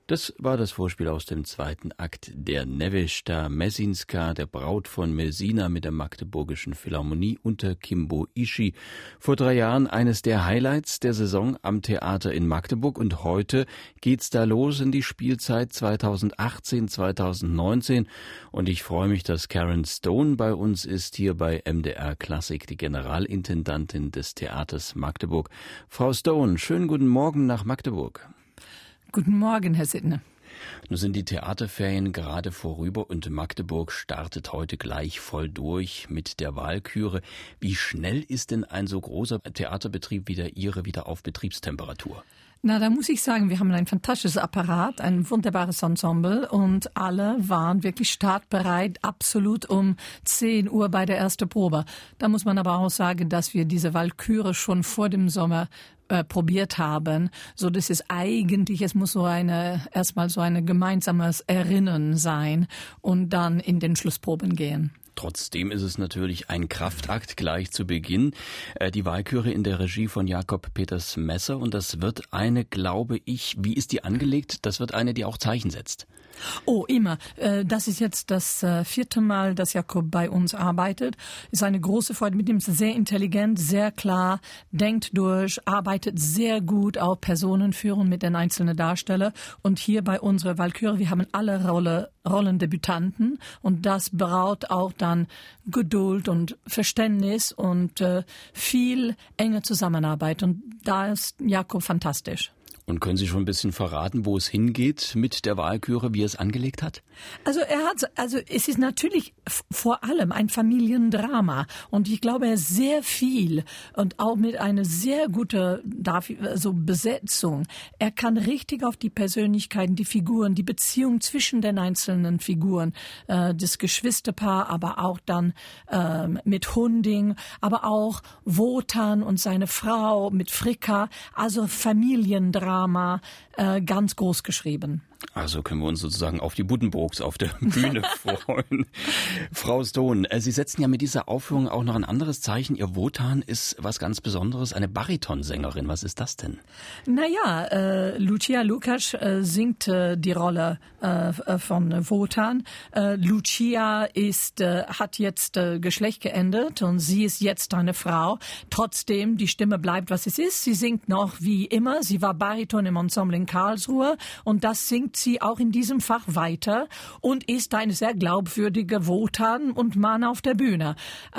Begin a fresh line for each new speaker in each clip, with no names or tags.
Das war das Vorspiel aus dem zweiten Akt der Nevešta Messinska, der Braut von Messina mit der Magdeburgischen Philharmonie unter Kimbo Ishii. Vor 3 Jahren eines der Highlights der Saison am Theater in Magdeburg und heute geht's da los in die Spielzeit 2018-2019 und ich freue mich, dass Karen Stone bei uns ist, hier bei MDR Klassik, die Generalintendantin des Theaters Magdeburg. Frau Stone, schönen guten Morgen nach Magdeburg.
Guten Morgen, Herr Sittner.
Nun sind die Theaterferien gerade vorüber und Magdeburg startet heute gleich voll durch mit der Walküre. Wie schnell ist denn ein so großer Theaterbetrieb wie der Ihre wieder auf Betriebstemperatur?
Na, da muss ich sagen, wir haben ein fantastisches Apparat, ein wunderbares Ensemble und alle waren wirklich startbereit, absolut um 10 Uhr bei der ersten Probe. Da muss man aber auch sagen, dass wir diese Walküre schon vor dem Sommer probiert haben, so dass es muss erstmal so eine gemeinsames Erinnern sein und dann in den Schlussproben gehen.
Trotzdem ist es natürlich ein Kraftakt gleich zu Beginn. Die Walküre in der Regie von Jakob Peters Messer und das wird eine, glaube ich, wie ist die angelegt? Das wird eine, die auch Zeichen setzt.
Oh, immer. Das ist jetzt das 4. Mal, dass Jakob bei uns arbeitet. Ist eine große Freude mit ihm, sehr intelligent, sehr klar, denkt durch, arbeitet sehr gut, auch Personen führen mit den einzelnen Darstellern. Und hier bei unserer Walküre, wir haben alle Rollendebütanten und das braucht auch dann Geduld und Verständnis und viel enge Zusammenarbeit. Und da ist Jakob fantastisch.
Und können Sie schon ein bisschen verraten, wo es hingeht mit der Walküre, wie er es angelegt hat?
Also es ist natürlich vor allem ein Familiendrama und ich glaube sehr viel und auch mit einer sehr guten Besetzung. Er kann richtig auf die Persönlichkeiten, die Figuren, die Beziehung zwischen den einzelnen Figuren, das Geschwisterpaar, aber auch dann mit Hunding, aber auch Wotan und seine Frau mit Fricka, also Familiendrama. Ganz groß geschrieben.
Also können wir uns sozusagen auf die Buddenbrooks auf der Bühne freuen. Frau Stone, Sie setzen ja mit dieser Aufführung auch noch ein anderes Zeichen. Ihr Wotan ist was ganz Besonderes, eine Baritonsängerin. Was ist das denn?
Naja, Lucia Lukács singt die Rolle von Wotan. Lucia hat jetzt Geschlecht geändert und sie ist jetzt eine Frau. Trotzdem, die Stimme bleibt, was es ist. Sie singt noch wie immer. Sie war Bariton im Ensemble in Karlsruhe und das singt sie auch in diesem Fach weiter und ist eine sehr glaubwürdige Wotan und Mann auf der Bühne.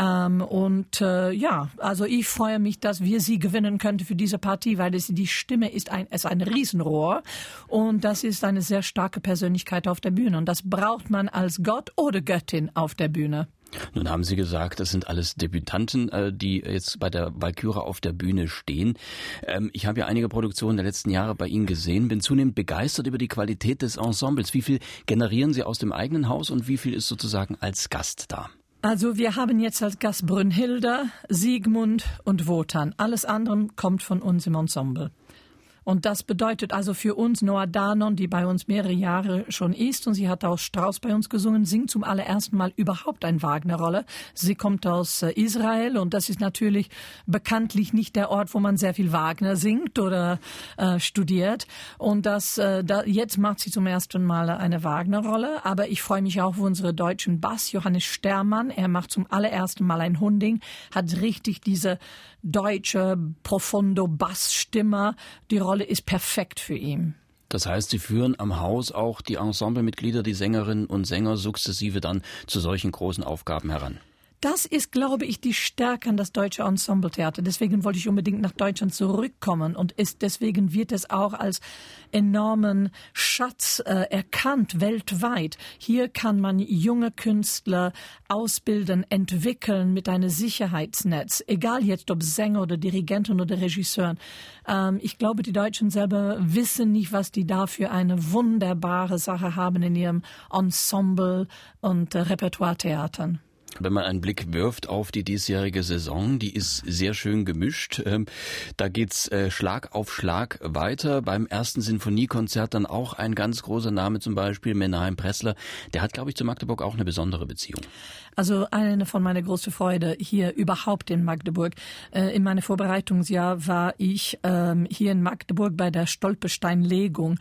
Also ich freue mich, dass wir sie gewinnen könnten für diese Partie, weil die Stimme ist ein Riesenrohr und das ist eine sehr starke Persönlichkeit auf der Bühne und das braucht man als Gott oder Göttin auf der Bühne.
Nun haben Sie gesagt, das sind alles Debütanten, die jetzt bei der Walküre auf der Bühne stehen. Ich habe ja einige Produktionen der letzten Jahre bei Ihnen gesehen, bin zunehmend begeistert über die Qualität des Ensembles. Wie viel generieren Sie aus dem eigenen Haus und wie viel ist sozusagen als Gast da?
Also wir haben jetzt als Gast Brünnhilde, Siegmund und Wotan. Alles andere kommt von uns im Ensemble. Und das bedeutet also für uns Noah Danon, die bei uns mehrere Jahre schon ist und sie hat auch Strauss bei uns gesungen, singt zum allerersten Mal überhaupt eine Wagner-Rolle. Sie kommt aus Israel und das ist natürlich bekanntlich nicht der Ort, wo man sehr viel Wagner singt oder studiert. Und jetzt macht sie zum ersten Mal eine Wagner-Rolle. Aber ich freue mich auch auf unsere deutschen Bass, Johannes Stermann. Er macht zum allerersten Mal ein Hunding, hat richtig diese deutsche profundo Bassstimme. Die Rolle ist perfekt für ihn.
Das heißt, Sie führen am Haus auch die Ensemblemitglieder, die Sängerinnen und Sänger sukzessive dann zu solchen großen Aufgaben heran.
Das ist, glaube ich, die Stärke an das deutsche Ensembletheater. Deswegen wollte ich unbedingt nach Deutschland zurückkommen und deswegen wird es auch als enormen Schatz erkannt weltweit. Hier kann man junge Künstler ausbilden, entwickeln mit einem Sicherheitsnetz, egal jetzt ob Sänger oder Dirigenten oder Regisseuren. Ich glaube, die Deutschen selber wissen nicht, was die da für eine wunderbare Sache haben in ihrem Ensemble und Repertoiretheatern.
Wenn man einen Blick wirft auf die diesjährige Saison, die ist sehr schön gemischt. Da geht's Schlag auf Schlag weiter. Beim ersten Sinfoniekonzert dann auch ein ganz großer Name, zum Beispiel Menahem Pressler. Der hat, glaube ich, zu Magdeburg auch eine besondere Beziehung.
Also eine von meiner großen Freude hier überhaupt in Magdeburg. In meinem Vorbereitungsjahr war ich hier in Magdeburg bei der Stolperstein-Legung.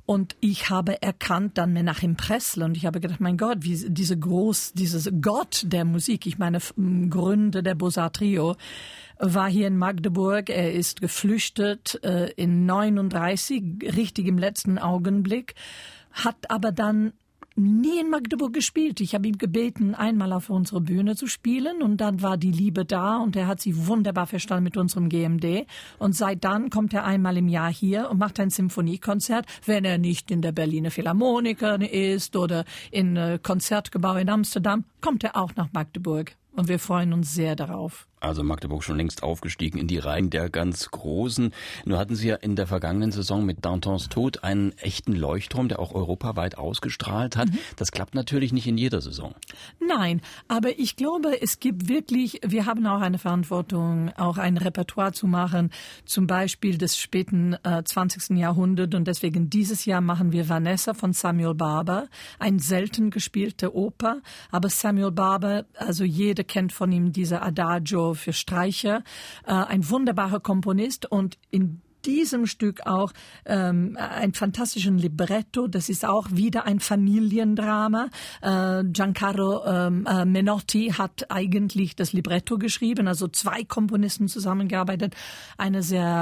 Und ich habe erkannt dann Menachem Pressler und ich habe gedacht, mein Gott, wie dieses Gott der Musik, ich meine Gründer der Beaux-Arts Trio, war hier in Magdeburg. Er ist geflüchtet in 39, richtig im letzten Augenblick, hat aber dann nie in Magdeburg gespielt. Ich habe ihm gebeten, einmal auf unserer Bühne zu spielen und dann war die Liebe da und er hat sie wunderbar verstanden mit unserem GMD und seit dann kommt er einmal im Jahr hier und macht ein Symphoniekonzert, wenn er nicht in der Berliner Philharmoniker ist oder in Konzertgebäu in Amsterdam, kommt er auch nach Magdeburg und wir freuen uns sehr darauf.
Also Magdeburg schon längst aufgestiegen in die Reihen der ganz Großen. Nur hatten Sie ja in der vergangenen Saison mit Dantons Tod einen echten Leuchtturm, der auch europaweit ausgestrahlt hat. Das klappt natürlich nicht in jeder Saison.
Nein, aber ich glaube, es gibt wirklich, wir haben auch eine Verantwortung, auch ein Repertoire zu machen, zum Beispiel des späten 20. Jahrhunderts. Und deswegen dieses Jahr machen wir Vanessa von Samuel Barber, ein selten gespielte Oper. Aber Samuel Barber, also jeder kennt von ihm diese Adagio für Streicher, ein wunderbarer Komponist und in diesem Stück auch ein fantastischen Libretto. Das ist auch wieder ein Familiendrama. Giancarlo Menotti hat eigentlich das Libretto geschrieben, also 2 Komponisten zusammengearbeitet. Ein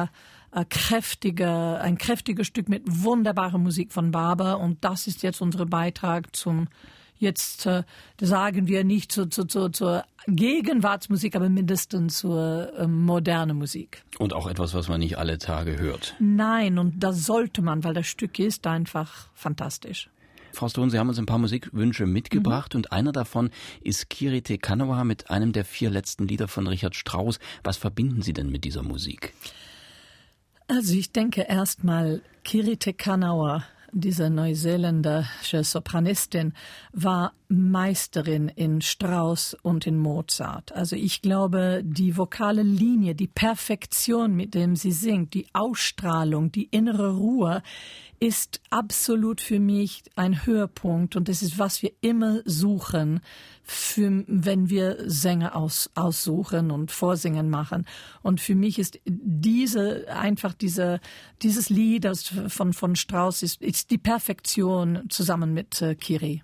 kräftiges Stück mit wunderbarer Musik von Barber und das ist jetzt unser Beitrag zum jetzt sagen wir nicht zur Gegenwartsmusik, aber mindestens zur modernen Musik.
Und auch etwas, was man nicht alle Tage hört.
Nein, und das sollte man, weil das Stück ist einfach fantastisch.
Frau Stone, Sie haben uns ein paar Musikwünsche mitgebracht und einer davon ist Kyrie te Kanawa mit einem der 4 letzten Lieder von Richard Strauss. Was verbinden Sie denn mit dieser Musik?
Also ich denke erstmal Kyrie te Kanawa, diese neuseeländische Sopranistin, war Meisterin in Strauss und in Mozart. Also ich glaube, die vokale Linie, die Perfektion, mit dem sie singt, die Ausstrahlung, die innere Ruhe, ist absolut für mich ein Höhepunkt und das ist, was wir immer suchen, wenn wir Sänger aussuchen und Vorsingen machen. Und für mich ist dieses Lied von Strauss ist die Perfektion zusammen mit Kyrie.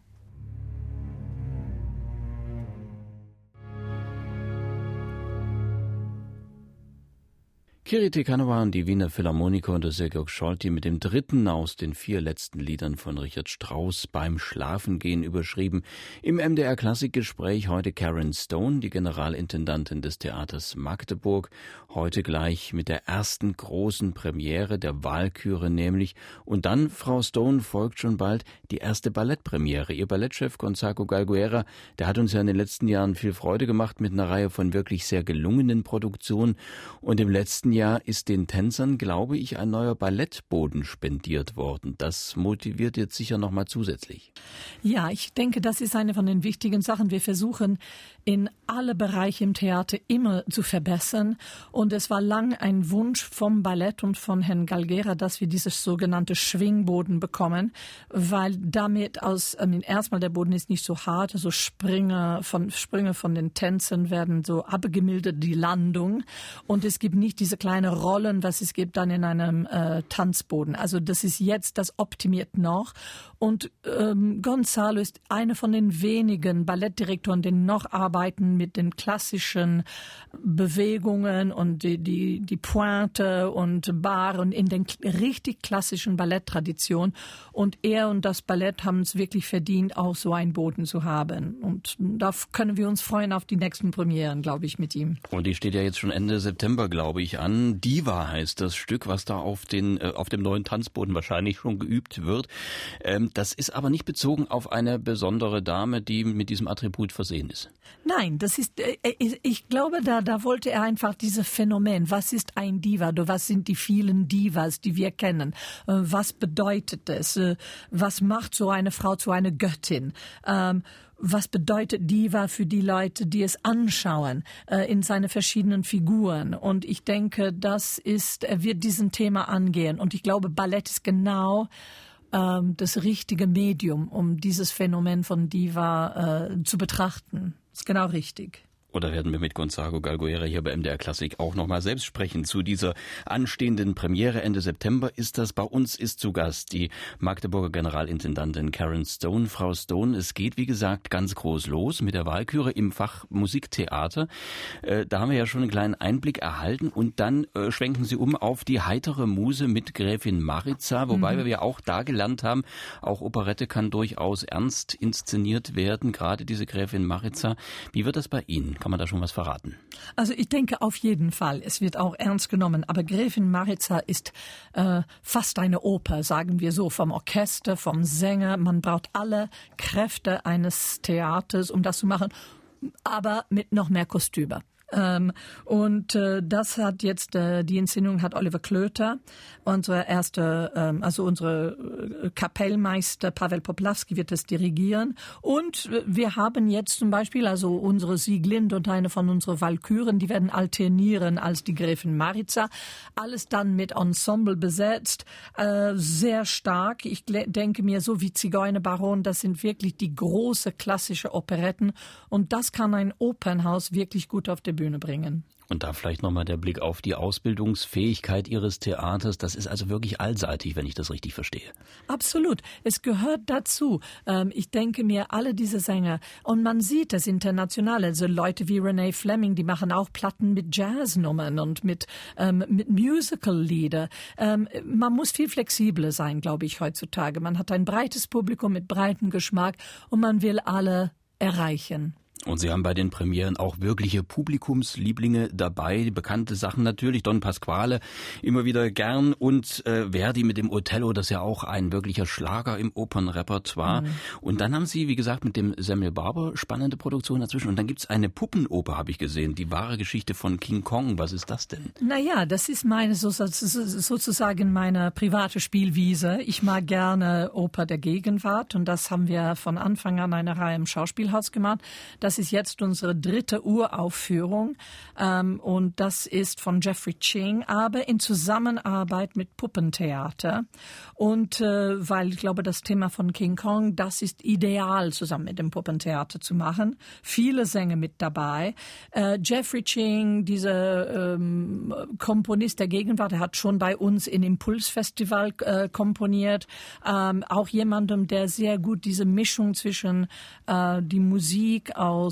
Kyrie te Kanawa und die Wiener Philharmoniker unter Sergejož Scholti mit dem 3. aus den 4 letzten Liedern von Richard Strauss beim Schlafengehen überschrieben. Im MDR Klassikgespräch heute Karen Stone, die Generalintendantin des Theaters Magdeburg. Heute gleich mit der ersten großen Premiere der Walküre nämlich. Und dann, Frau Stone, folgt schon bald die erste Ballettpremiere. Ihr Ballettchef Gonzago Galguera, der hat uns ja in den letzten Jahren viel Freude gemacht mit einer Reihe von wirklich sehr gelungenen Produktionen. Und im letzten Jahr ist den Tänzern, glaube ich, ein neuer Ballettboden spendiert worden. Das motiviert jetzt sicher noch mal zusätzlich.
Ja, ich denke, das ist eine von den wichtigen Sachen. Wir versuchen, in alle Bereiche im Theater immer zu verbessern. Und es war lang ein Wunsch vom Ballett und von Herrn Galguera, dass wir dieses sogenannte Schwingboden bekommen, weil damit erstmal der Boden ist nicht so hart, also Sprünge von den Tänzen werden so abgemildert, die Landung. Und es gibt nicht diese kleine Rollen, was es gibt dann in einem Tanzboden. Also das ist jetzt, das optimiert noch. Und Gonzalo ist einer von den wenigen Ballettdirektoren, die noch arbeiten mit den klassischen Bewegungen und die Pointe und Bar und in den richtig klassischen Balletttraditionen. Und er und das Ballett haben es wirklich verdient, auch so einen Boden zu haben. Und da können wir uns freuen auf die nächsten Premieren, glaube ich, mit ihm.
Und die steht ja jetzt schon Ende September, glaube ich, an. Diva heißt das Stück, was da auf dem neuen Tanzboden wahrscheinlich schon geübt wird. Das ist aber nicht bezogen auf eine besondere Dame, die mit diesem Attribut versehen ist.
Nein, das ist, ich glaube, da wollte er einfach dieses Phänomen, was ist ein Diva, was sind die vielen Divas, die wir kennen, was bedeutet es, was macht so eine Frau zu einer Göttin, was bedeutet Diva für die Leute, die es anschauen, in seine verschiedenen Figuren. Und ich denke, er wird diesen Thema angehen. Und ich glaube, Ballett ist genau das richtige Medium, um dieses Phänomen von Diva zu betrachten. Ist genau richtig.
Oder werden wir mit Gonzago Galguera hier bei MDR Klassik auch nochmal selbst sprechen. Zu dieser anstehenden Premiere Ende September ist bei uns zu Gast die Magdeburger Generalintendantin Karen Stone. Frau Stone, es geht wie gesagt ganz groß los mit der Walküre im Fach Musiktheater. Da haben wir ja schon einen kleinen Einblick erhalten und dann schwenken Sie um auf die heitere Muse mit Gräfin Maritza, wobei wir ja auch da gelernt haben, auch Operette kann durchaus ernst inszeniert werden, gerade diese Gräfin Maritza. Wie wird das bei Ihnen? Kann man da schon was verraten?
Also ich denke auf jeden Fall. Es wird auch ernst genommen. Aber Gräfin Maritza ist fast eine Oper, sagen wir so, vom Orchester, vom Sänger. Man braucht alle Kräfte eines Theaters, um das zu machen, aber mit noch mehr Kostüme. Das hat jetzt, die Inszenierung hat Oliver Klöter, unsere Kapellmeister Pavel Poplawski wird es dirigieren. Und wir haben jetzt zum Beispiel, also unsere Sieglind und eine von unseren Walküren, die werden alternieren als die Gräfin Maritza. Alles dann mit Ensemble besetzt, sehr stark. Ich denke mir, so wie Zigeunerbaron, das sind wirklich die große klassische Operetten. Und das kann ein Opernhaus wirklich gut auf der Bühne bringen.
Und da vielleicht nochmal der Blick auf die Ausbildungsfähigkeit Ihres Theaters. Das ist also wirklich allseitig, wenn ich das richtig verstehe.
Absolut. Es gehört dazu. Ich denke mir, alle diese Sänger, und man sieht es international, also Leute wie Renee Fleming, die machen auch Platten mit Jazznummern und mit Musical-Lieder. Man muss viel flexibler sein, glaube ich, heutzutage. Man hat ein breites Publikum mit breitem Geschmack und man will alle erreichen.
Und Sie haben bei den Premieren auch wirkliche Publikumslieblinge dabei, bekannte Sachen natürlich, Don Pasquale immer wieder gern und Verdi mit dem Otello, das ist ja auch ein wirklicher Schlager im Opernrepertoire. Und dann haben Sie, wie gesagt, mit dem Samuel Barber spannende Produktion dazwischen. Und dann gibt's eine Puppenoper, habe ich gesehen, die wahre Geschichte von King Kong. Was ist das denn?
Naja, das ist sozusagen meine private Spielwiese. Ich mag gerne Oper der Gegenwart und das haben wir von Anfang an eine Reihe im Schauspielhaus gemacht. Das ist jetzt unsere 3. Uraufführung und das ist von Jeffrey Ching, aber in Zusammenarbeit mit Puppentheater. Und weil ich glaube, das Thema von King Kong, das ist ideal zusammen mit dem Puppentheater zu machen. Viele Sänger mit dabei. Jeffrey Ching, dieser Komponist der Gegenwart, der hat schon bei uns in Impulsfestival komponiert. Auch jemandem, der sehr gut diese Mischung zwischen die Musik aus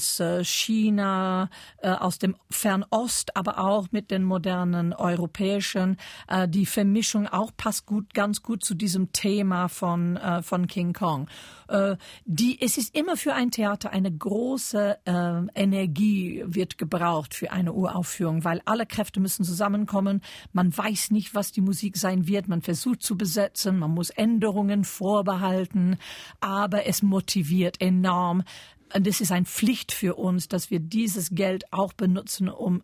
China, aus dem Fernost, aber auch mit den modernen europäischen. Die Vermischung auch passt ganz gut zu diesem Thema von King Kong. Es ist immer für ein Theater eine große Energie wird gebraucht für eine Uraufführung, weil alle Kräfte müssen zusammenkommen. Man weiß nicht, was die Musik sein wird. Man versucht zu besetzen, man muss Änderungen vorbehalten, aber es motiviert enorm. Und es ist eine Pflicht für uns, dass wir dieses Geld auch benutzen, um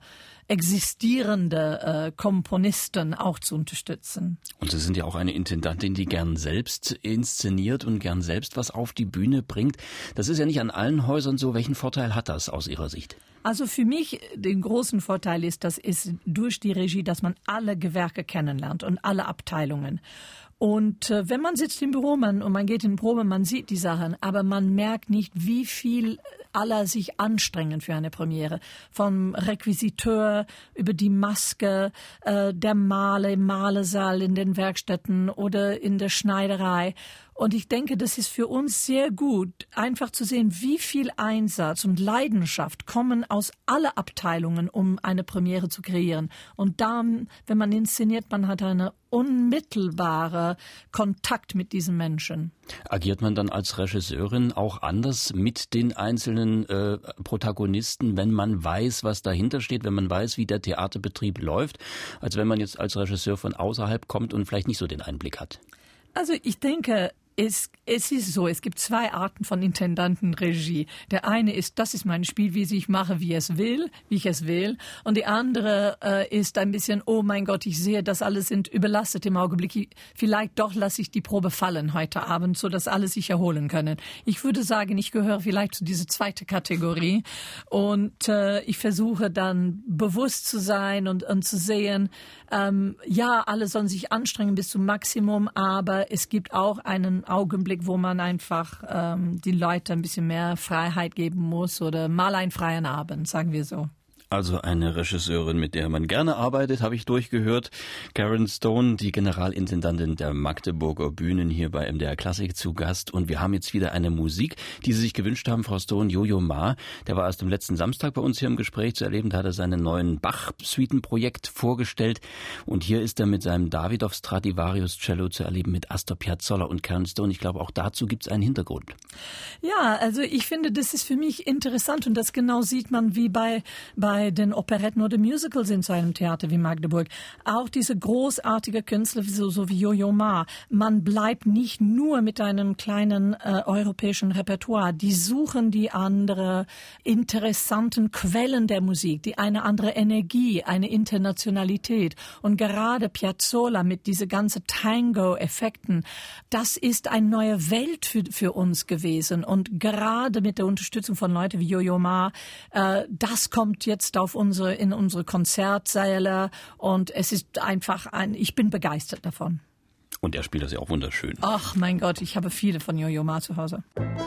existierende Komponisten auch zu unterstützen.
Und Sie sind ja auch eine Intendantin, die gern selbst inszeniert und gern selbst was auf die Bühne bringt. Das ist ja nicht an allen Häusern so. Welchen Vorteil hat das aus Ihrer Sicht?
Also für mich den großen Vorteil ist durch die Regie, dass man alle Gewerke kennenlernt und alle Abteilungen. Und wenn man sitzt im Büro und man geht in Probe, man sieht die Sachen, aber man merkt nicht, wie viel alle sich anstrengen für eine Premiere. Vom Requisiteur über die Maske, der Maler im Malersaal, in den Werkstätten oder in der Schneiderei. Und ich denke, das ist für uns sehr gut, einfach zu sehen, wie viel Einsatz und Leidenschaft kommen aus allen Abteilungen, um eine Premiere zu kreieren. Und dann, wenn man inszeniert, man hat einen unmittelbaren Kontakt mit diesen Menschen.
Agiert man dann als Regisseurin auch anders mit den einzelnen Protagonisten, wenn man weiß, was dahinter steht, wenn man weiß, wie der Theaterbetrieb läuft, als wenn man jetzt als Regisseur von außerhalb kommt und vielleicht nicht so den Einblick hat?
Also ich denke, es ist so, es gibt 2 Arten von Intendantenregie. Der eine ist, das ist mein Spielwiese, ich mache, wie ich es will. Und die andere ist ein bisschen, oh mein Gott, ich sehe, das alle sind überlastet im Augenblick. Vielleicht doch lasse ich die Probe fallen heute Abend, so dass alle sich erholen können. Ich würde sagen, ich gehöre vielleicht zu dieser 2. Kategorie. Und ich versuche dann bewusst zu sein und zu sehen, ja, alle sollen sich anstrengen bis zum Maximum, aber es gibt auch einen Augenblick, wo man einfach die Leute ein bisschen mehr Freiheit geben muss oder mal einen freien Abend, sagen wir so.
Also eine Regisseurin, mit der man gerne arbeitet, habe ich durchgehört. Karen Stone, die Generalintendantin der Magdeburger Bühnen, hier bei MDR Klassik zu Gast. Und wir haben jetzt wieder eine Musik, die Sie sich gewünscht haben, Frau Stone. Yo-Yo Ma, der war erst am letzten Samstag bei uns hier im Gespräch zu erleben. Da hat er seinen neuen Bach-Suitenprojekt vorgestellt. Und hier ist er mit seinem Davidoff Stradivarius Cello zu erleben mit Astor Piazzolla und Karen Stone. Ich glaube, auch dazu gibt es einen Hintergrund.
Ja, also ich finde, das ist für mich interessant und das genau sieht man wie bei den Operetten oder Musicals in so einem Theater wie Magdeburg. Auch diese großartige Künstler so wie Yo-Yo Ma. Man bleibt nicht nur mit einem kleinen europäischen Repertoire. Die suchen die andere interessanten Quellen der Musik, die eine andere Energie, eine Internationalität. Und gerade Piazzolla mit diese ganzen Tango-Effekten, das ist eine neue Welt für uns gewesen. Und gerade mit der Unterstützung von Leuten wie Yo-Yo Ma, das kommt jetzt in unsere Konzertsäle und es ist einfach ich bin begeistert davon.
Und er spielt das ja auch wunderschön.
Ach mein Gott, ich habe viele von Yo-Yo Ma zu Hause.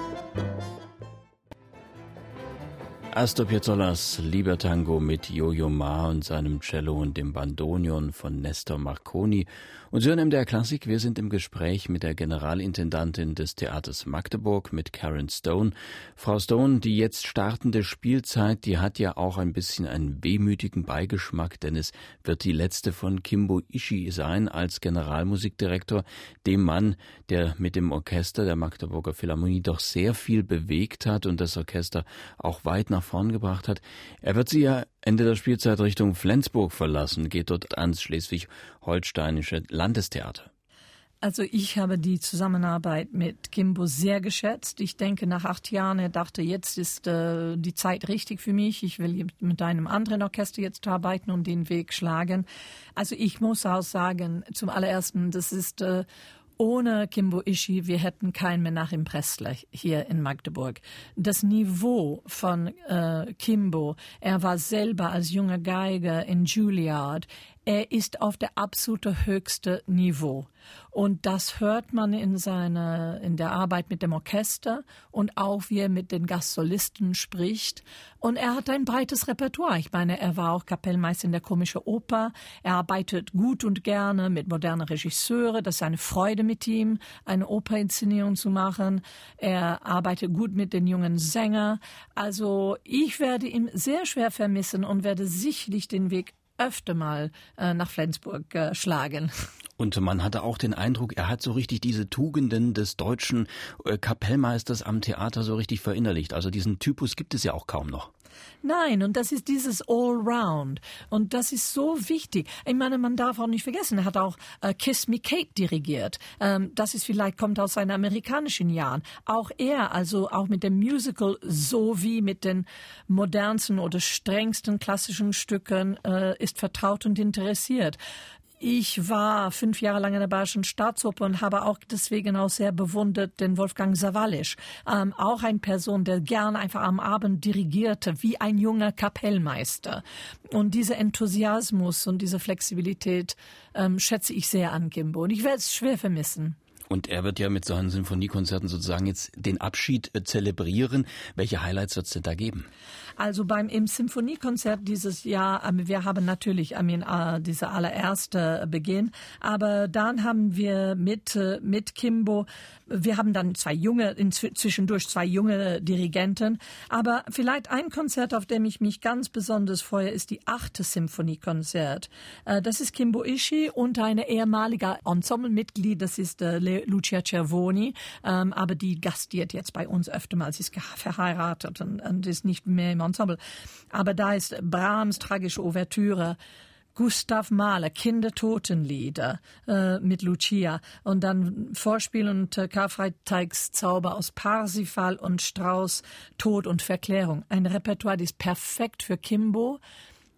Astor Piazzollas Libertango mit Yo-Yo Ma und seinem Cello und dem Bandoneon von Nestor Marconi. Und Sie hören MDR Klassik, wir sind im Gespräch mit der Generalintendantin des Theaters Magdeburg, mit Karen Stone. Frau Stone, die jetzt startende Spielzeit, die hat ja auch ein bisschen einen wehmütigen Beigeschmack, denn es wird die letzte von Kimbo Ishii sein als Generalmusikdirektor, dem Mann, der mit dem Orchester der Magdeburger Philharmonie doch sehr viel bewegt hat und das Orchester auch weit nach vorn gebracht hat. Er wird sie ja Ende der Spielzeit Richtung Flensburg verlassen, geht dort ans Schleswig-Holsteinische Landestheater.
Also ich habe die Zusammenarbeit mit Kimbo sehr geschätzt. Ich denke, nach 8 Jahren, er dachte, jetzt ist die Zeit richtig für mich. Ich will mit einem anderen Orchester jetzt arbeiten und den Weg schlagen. Also ich muss auch sagen, zum allerersten, das ist ohne Kimbo Ishii, wir hätten keinen Menachem Pressler hier in Magdeburg. Das Niveau von Kimbo, er war selber als junger Geiger in Juilliard, er ist auf der absolute höchste Niveau. Und das hört man in der Arbeit mit dem Orchester und auch wie er mit den Gastsolisten spricht. Und er hat ein breites Repertoire. Ich meine, er war auch Kapellmeister in der Komischen Oper. Er arbeitet gut und gerne mit modernen Regisseuren. Das ist eine Freude mit ihm, eine Operinszenierung zu machen. Er arbeitet gut mit den jungen Sängern. Also ich werde ihn sehr schwer vermissen und werde sicherlich den Weg öfter mal nach Flensburg schlagen.
Und man hatte auch den Eindruck, er hat so richtig diese Tugenden des deutschen Kapellmeisters am Theater so richtig verinnerlicht. Also diesen Typus gibt es ja auch kaum noch.
Nein, und das ist dieses Allround. Und das ist so wichtig. Ich meine, man darf auch nicht vergessen, er hat auch Kiss Me Kate dirigiert. Das ist kommt aus seinen amerikanischen Jahren. Auch er, also auch mit dem Musical sowie mit den modernsten oder strengsten klassischen Stücken, ist vertraut und interessiert. Ich war 5 Jahre lang in der Bayerischen Staatsoper und habe auch deswegen auch sehr bewundert den Wolfgang Sawallisch. Auch eine Person, der gerne einfach am Abend dirigierte, wie ein junger Kapellmeister. Und dieser Enthusiasmus und diese Flexibilität schätze ich sehr an Kimbo. Und ich werde es schwer vermissen.
Und er wird ja mit seinen Sinfoniekonzerten sozusagen jetzt den Abschied zelebrieren. Welche Highlights wird es denn da geben?
Also im Symphoniekonzert dieses Jahr, wir haben natürlich, dieser allererste Beginn, aber dann haben wir mit Kimbo, wir haben dann zwischendurch zwei junge Dirigenten, aber vielleicht ein Konzert, auf dem ich mich ganz besonders freue, ist die 8. Symphoniekonzert. Das ist Kimbo Ishii und eine ehemalige Ensemblemitglied, das ist Lucia Cervoni, aber die gastiert jetzt bei uns öfter mal, sie ist verheiratet und ist nicht mehr im Ensemble. Aber da ist Brahms tragische Ouvertüre, Gustav Mahler, Kindertotenlieder mit Lucia und dann Vorspiel und Karfreitagszauber aus Parsifal und Strauss, Tod und Verklärung. Ein Repertoire, das ist perfekt für Kimbo.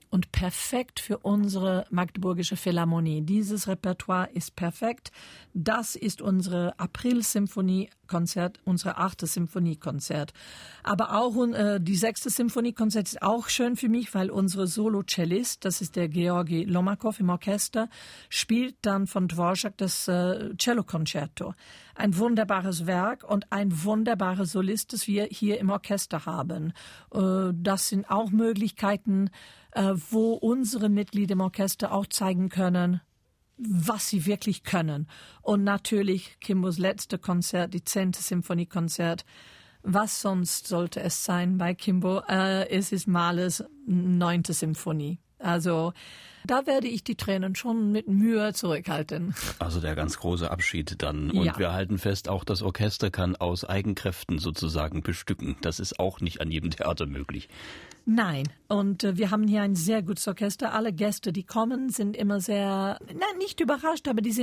und perfekt für unsere Magdeburgische Philharmonie. Dieses Repertoire ist perfekt. Das ist unsere April-Symphoniekonzert, unsere 8. Symphoniekonzert. Aber auch die 6. Symphoniekonzert ist auch schön für mich, weil unsere Solo-Cellist, das ist der Georgi Lomakov im Orchester, spielt dann von Dvorak das Cello-Concerto. Ein wunderbares Werk und ein wunderbarer Solist, das wir hier im Orchester haben. Das sind auch Möglichkeiten, wo unsere Mitglieder im Orchester auch zeigen können, was sie wirklich können. Und natürlich Kimbos letzte Konzert, die 10. Symphoniekonzert. Was sonst sollte es sein bei Kimbo? Es ist Mahlers 9. Symphonie. Also da werde ich die Tränen schon mit Mühe zurückhalten.
Also der ganz große Abschied dann. Und wir halten fest, auch das Orchester kann aus Eigenkräften sozusagen bestücken. Das ist auch nicht an jedem Theater möglich.
Nein, und wir haben hier ein sehr gutes Orchester. Alle Gäste, die kommen, sind immer sehr, nicht überrascht, aber die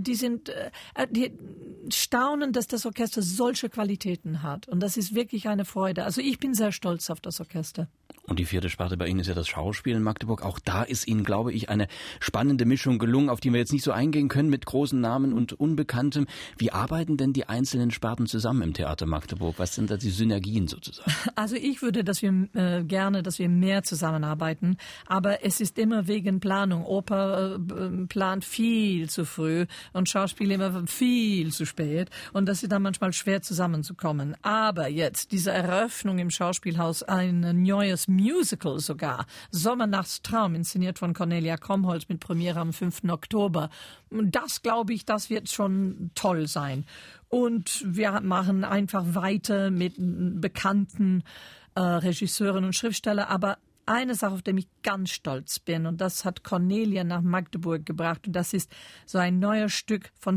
staunen, dass das Orchester solche Qualitäten hat. Und das ist wirklich eine Freude. Also ich bin sehr stolz auf das Orchester.
Und die 4. Sparte bei Ihnen ist ja das Schauspiel in Magdeburg. Auch da ist Ihnen, glaube ich, eine spannende Mischung gelungen, auf die wir jetzt nicht so eingehen können mit großen Namen und Unbekanntem. Wie arbeiten denn die einzelnen Sparten zusammen im Theater Magdeburg? Was sind da die Synergien sozusagen?
Also ich würde, dass wir gerne, dass wir mehr zusammenarbeiten. Aber es ist immer wegen Planung. Oper plant viel zu früh und Schauspiel immer viel zu spät. Und das ist dann manchmal schwer zusammenzukommen. Aber jetzt diese Eröffnung im Schauspielhaus, ein neues Musical sogar. Sommernachtstraum, inszeniert von Cornelia Kromholz mit Premiere am 5. Oktober. Das, glaube ich, das wird schon toll sein. Und wir machen einfach weiter mit bekannten Regisseuren und Schriftstellern. Aber eine Sache, auf die ich ganz stolz bin, und das hat Cornelia nach Magdeburg gebracht, und das ist so ein neues Stück von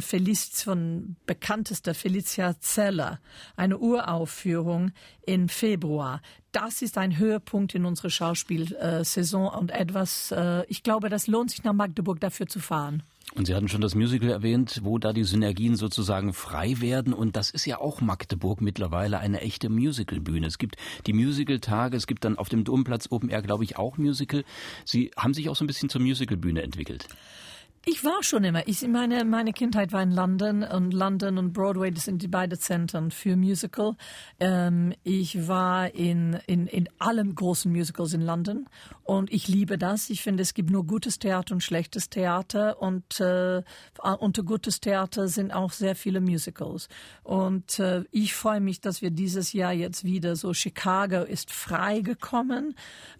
bekanntester Felicia Zeller, eine Uraufführung im Februar. Das ist ein Höhepunkt in unserer Schauspielsaison und etwas, ich glaube, das lohnt sich nach Magdeburg dafür zu fahren.
Und Sie hatten schon das Musical erwähnt, wo da die Synergien sozusagen frei werden. Und das ist ja auch Magdeburg mittlerweile eine echte Musicalbühne. Es gibt die Musicaltage, es gibt dann auf dem Domplatz Open Air, glaube ich, auch Musical. Sie haben sich auch so ein bisschen zur Musicalbühne entwickelt.
Ich war schon immer. Meine Kindheit war in London und Broadway, das sind die beiden Zentren für Musical. Ich war in allen großen Musicals in London und ich liebe das. Ich finde, es gibt nur gutes Theater und schlechtes Theater und unter gutes Theater sind auch sehr viele Musicals. Und ich freue mich, dass wir dieses Jahr jetzt wieder so, Chicago ist freigekommen,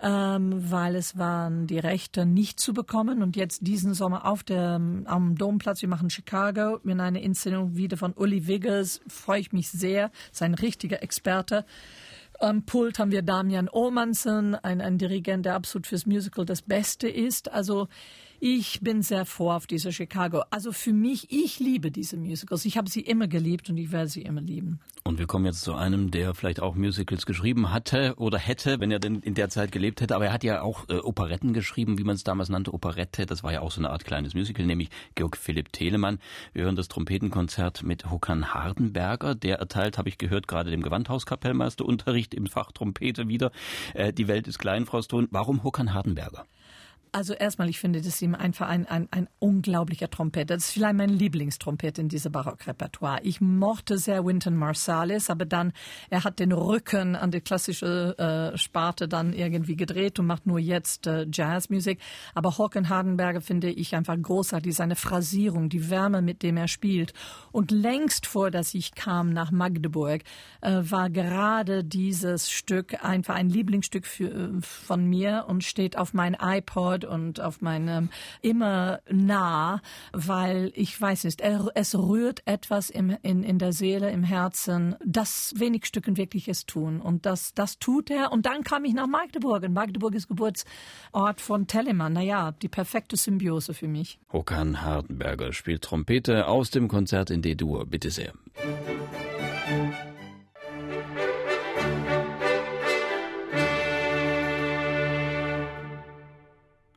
weil es waren die Rechte nicht zu bekommen und jetzt diesen Sommer am Domplatz. Wir machen Chicago mit einer Inszenierung wieder von Uli Wiggers. Freue ich mich sehr. Ist ein richtiger Experte. Am Pult haben wir Damian Omanson, ein Dirigent, der absolut fürs Musical das Beste ist. Also ich bin sehr froh auf diese Chicago. Also für mich, ich liebe diese Musicals. Ich habe sie immer geliebt und ich werde sie immer lieben.
Und wir kommen jetzt zu einem, der vielleicht auch Musicals geschrieben hatte oder hätte, wenn er denn in der Zeit gelebt hätte. Aber er hat ja auch Operetten geschrieben, wie man es damals nannte, Operette. Das war ja auch so eine Art kleines Musical, nämlich Georg Philipp Telemann. Wir hören das Trompetenkonzert mit Håkan Hardenberger. Der erteilt, habe ich gehört, gerade dem Gewandhauskapellmeister Unterricht im Fach Trompete wieder. Die Welt ist klein, Frau Stone. Warum Håkan Hardenberger?
Also erstmal, ich finde, das ist ihm einfach ein unglaublicher Trompeter. Das ist vielleicht mein Lieblingstrompete in diesem Barockrepertoire. Ich mochte sehr Wynton Marsalis, aber dann, er hat den Rücken an die klassische Sparte dann irgendwie gedreht und macht nur jetzt Jazzmusik. Aber Håkan Hardenberger finde ich einfach großartig. Seine Phrasierung, die Wärme, mit dem er spielt. Und längst vor, dass ich kam nach Magdeburg, war gerade dieses Stück einfach ein Lieblingsstück von mir und steht auf mein iPod und auf meinem immer nah, weil ich weiß nicht, es rührt etwas in der Seele, im Herzen, das wenig Stücken wirklich es tun. Und das tut er. Und dann kam ich nach Magdeburg. Und Magdeburg ist Geburtsort von Telemann. Naja, die perfekte Symbiose für mich.
Håkan Hardenberger spielt Trompete aus dem Konzert in D-Dur. Bitte sehr.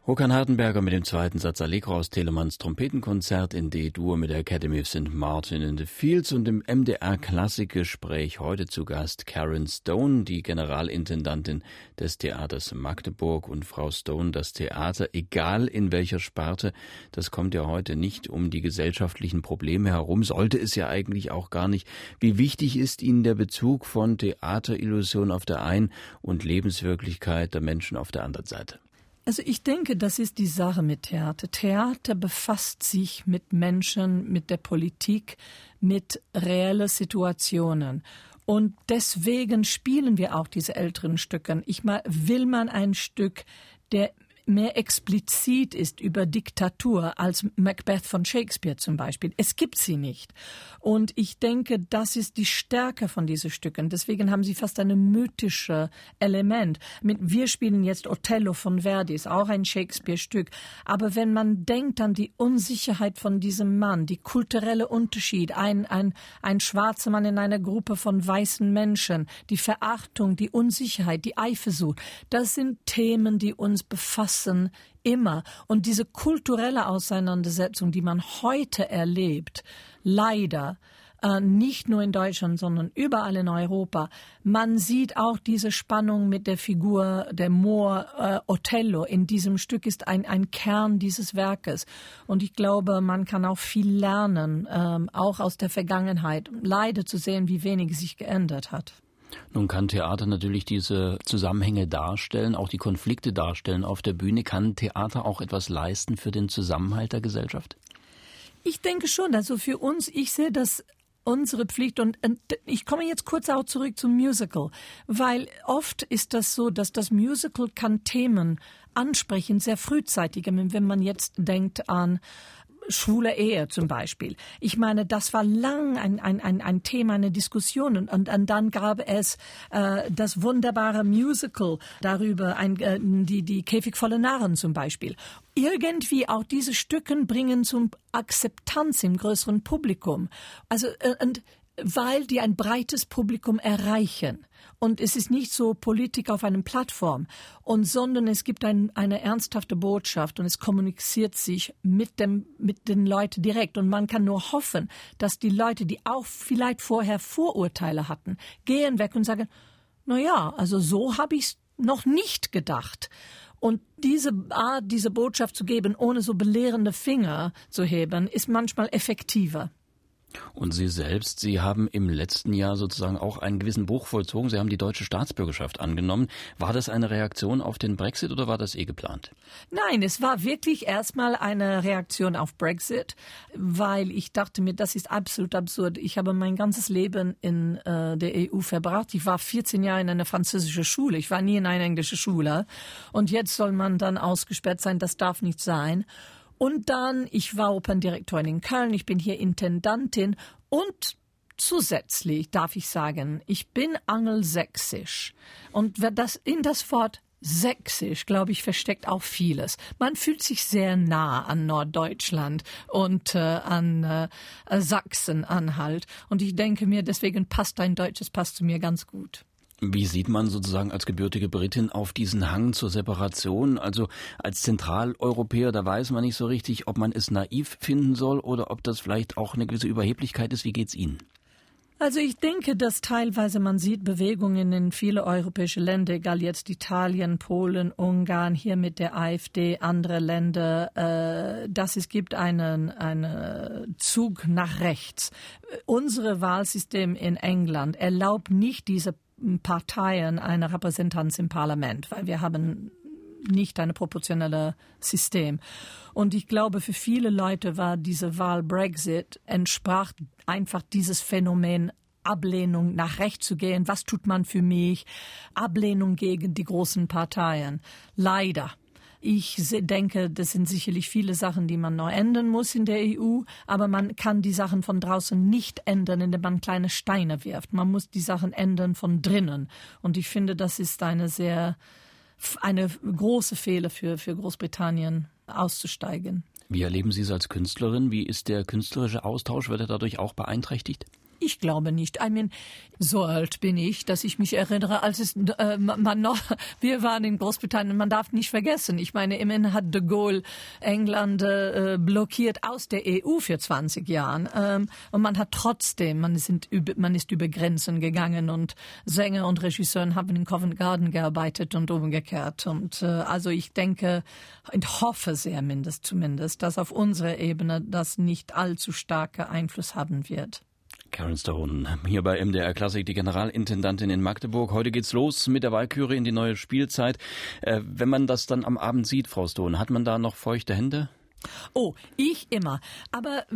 Håkan Hardenberger mit dem zweiten Satz Allegro aus Telemanns Trompetenkonzert in D-Dur mit der Academy of St. Martin in the Fields und im MDR-Klassikgespräch heute zu Gast Karen Stone, die Generalintendantin des Theaters Magdeburg. Und Frau Stone, das Theater, egal in welcher Sparte, das kommt ja heute nicht um die gesellschaftlichen Probleme herum, sollte es ja eigentlich auch gar nicht. Wie wichtig ist Ihnen der Bezug von Theaterillusion auf der einen und Lebenswirklichkeit der Menschen auf der anderen Seite?
Also ich denke, das ist die Sache mit Theater. Theater befasst sich mit Menschen, mit der Politik, mit reellen Situationen. Und deswegen spielen wir auch diese älteren Stücke. Will man ein Stück, der mehr explizit ist über Diktatur als Macbeth von Shakespeare zum Beispiel. Es gibt sie nicht. Und ich denke, das ist die Stärke von diesen Stücken. Deswegen haben sie fast ein mythisches Element. Wir spielen jetzt Othello von Verdi, ist auch ein Shakespeare-Stück. Aber wenn man denkt an die Unsicherheit von diesem Mann, die kulturelle Unterschied, ein schwarzer Mann in einer Gruppe von weißen Menschen, die Verachtung, die Unsicherheit, die Eifersucht, das sind Themen, die uns befassen. Immer. Und diese kulturelle Auseinandersetzung, die man heute erlebt, leider, nicht nur in Deutschland, sondern überall in Europa, man sieht auch diese Spannung mit der Figur der Moor Othello. In diesem Stück ist ein Kern dieses Werkes. Und ich glaube, man kann auch viel lernen, auch aus der Vergangenheit, leider zu sehen, wie wenig sich geändert hat.
Nun kann Theater natürlich diese Zusammenhänge darstellen, auch die Konflikte darstellen auf der Bühne. Kann Theater auch etwas leisten für den Zusammenhalt der Gesellschaft?
Ich denke schon. Also für uns, ich sehe das unsere Pflicht und ich komme jetzt kurz auch zurück zum Musical, weil oft ist das so, dass das Musical kann Themen ansprechen, sehr frühzeitig, wenn man jetzt denkt an schwule Ehe zum Beispiel. Ich meine, das war lang ein Thema, eine Diskussion und dann gab es das wunderbare Musical darüber, die Käfigvolle Narren zum Beispiel. Irgendwie auch diese Stücken bringen zum Akzeptanz im größeren Publikum. Also weil die ein breites Publikum erreichen. Und es ist nicht so Politik auf einer Plattform, sondern es gibt eine ernsthafte Botschaft und es kommuniziert sich mit den Leuten direkt. Und man kann nur hoffen, dass die Leute, die auch vielleicht vorher Vorurteile hatten, gehen weg und sagen, na ja, also so habe ich es noch nicht gedacht. Und diese Art, diese Botschaft zu geben, ohne so belehrende Finger zu heben, ist manchmal effektiver.
Und Sie selbst, Sie haben im letzten Jahr sozusagen auch einen gewissen Bruch vollzogen. Sie haben die deutsche Staatsbürgerschaft angenommen. War das eine Reaktion auf den Brexit oder war das geplant?
Nein, es war wirklich erstmal eine Reaktion auf Brexit, weil ich dachte mir, das ist absolut absurd. Ich habe mein ganzes Leben in der EU verbracht. Ich war 14 Jahre in einer französischen Schule. Ich war nie in einer englischen Schule. Und jetzt soll man dann ausgesperrt sein. Das darf nicht sein. Und dann, ich war Operndirektorin in Köln, ich bin hier Intendantin und zusätzlich darf ich sagen, ich bin angelsächsisch. Und in das Wort sächsisch, glaube ich, versteckt auch vieles. Man fühlt sich sehr nah an Norddeutschland und an Sachsen-Anhalt. Und ich denke mir, deswegen passt ein deutsches Pass zu mir ganz gut.
Wie sieht man sozusagen als gebürtige Britin auf diesen Hang zur Separation? Also als Zentraleuropäer, da weiß man nicht so richtig, ob man es naiv finden soll oder ob das vielleicht auch eine gewisse Überheblichkeit ist. Wie geht's Ihnen?
Also ich denke, dass teilweise man sieht Bewegungen in viele europäische Länder, egal jetzt Italien, Polen, Ungarn, hier mit der AfD, andere Länder, dass es gibt einen Zug nach rechts. Unser Wahlsystem in England erlaubt nicht diese Parteien eine Repräsentanz im Parlament, weil wir haben nicht ein proportionelles System. Und ich glaube, für viele Leute war diese Wahl Brexit, entsprach einfach dieses Phänomen Ablehnung, nach rechts zu gehen. Was tut man für mich? Ablehnung gegen die großen Parteien. Leider. Ich denke, das sind sicherlich viele Sachen, die man noch ändern muss in der EU, aber man kann die Sachen von draußen nicht ändern, indem man kleine Steine wirft. Man muss die Sachen ändern von drinnen. Und ich finde, das ist eine große Fehler für Großbritannien auszusteigen.
Wie erleben Sie es als Künstlerin? Wie ist der künstlerische Austausch? Wird er dadurch auch beeinträchtigt?
Ich glaube nicht. So alt bin ich, dass ich mich erinnere, als wir waren in Großbritannien, man darf nicht vergessen. Ich meine, immerhin hat de Gaulle England blockiert aus der EU für 20 Jahren. Und man hat trotzdem, man ist über Grenzen gegangen und Sänger und Regisseure haben in Covent Garden gearbeitet und umgekehrt. Und also ich denke und hoffe sehr zumindest, dass auf unserer Ebene das nicht allzu starke Einfluss haben wird.
Karen Stone, hier bei MDR Klassik, die Generalintendantin in Magdeburg. Heute geht's los mit der Walküre in die neue Spielzeit. Wenn man das dann am Abend sieht, Frau Stone, hat man da noch feuchte Hände?
Oh, ich immer. Aber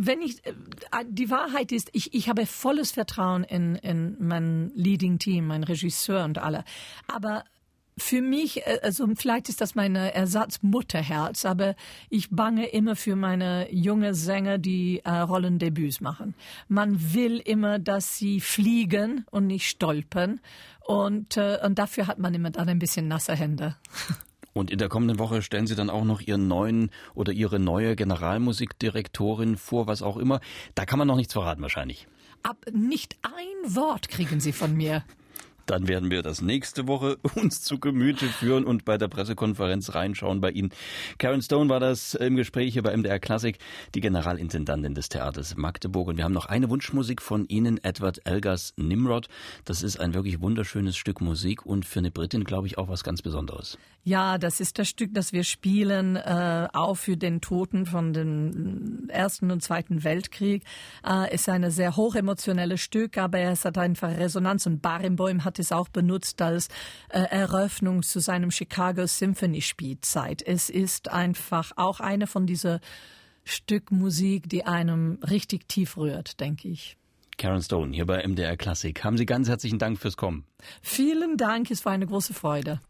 die Wahrheit ist, ich habe volles Vertrauen in mein Leading Team, mein Regisseur und alle. Aber für mich, also vielleicht ist das meine Ersatzmutterherz, aber ich bange immer für meine junge Sänger, die Rollendebüts machen. Man will immer, dass sie fliegen und nicht stolpern und dafür hat man immer dann ein bisschen nasse Hände.
Und in der kommenden Woche stellen Sie dann auch noch Ihren neuen oder Ihre neue Generalmusikdirektorin vor, was auch immer. Da kann man noch nichts verraten wahrscheinlich.
Nicht ein Wort kriegen Sie von mir.
Dann werden wir das nächste Woche uns zu Gemüte führen und bei der Pressekonferenz reinschauen bei Ihnen. Karen Stone war das im Gespräch hier bei MDR Klassik, die Generalintendantin des Theaters Magdeburg. Und wir haben noch eine Wunschmusik von Ihnen, Edward Elgars Nimrod. Das ist ein wirklich wunderschönes Stück Musik und für eine Britin, glaube ich, auch was ganz Besonderes.
Ja, das ist das Stück, das wir spielen, auch für den Toten von dem Ersten und Zweiten Weltkrieg. Ist ein sehr hochemotionelles Stück, aber es hat einfach Resonanz und Barenboim hat es auch benutzt als Eröffnung zu seinem Chicago Symphony Spielzeit. Es ist einfach auch eine von dieser Stück Musik, die einem richtig tief rührt, denke ich.
Karen Stone hier bei MDR Klassik. Haben Sie ganz herzlichen Dank fürs Kommen.
Vielen Dank, es war eine große Freude.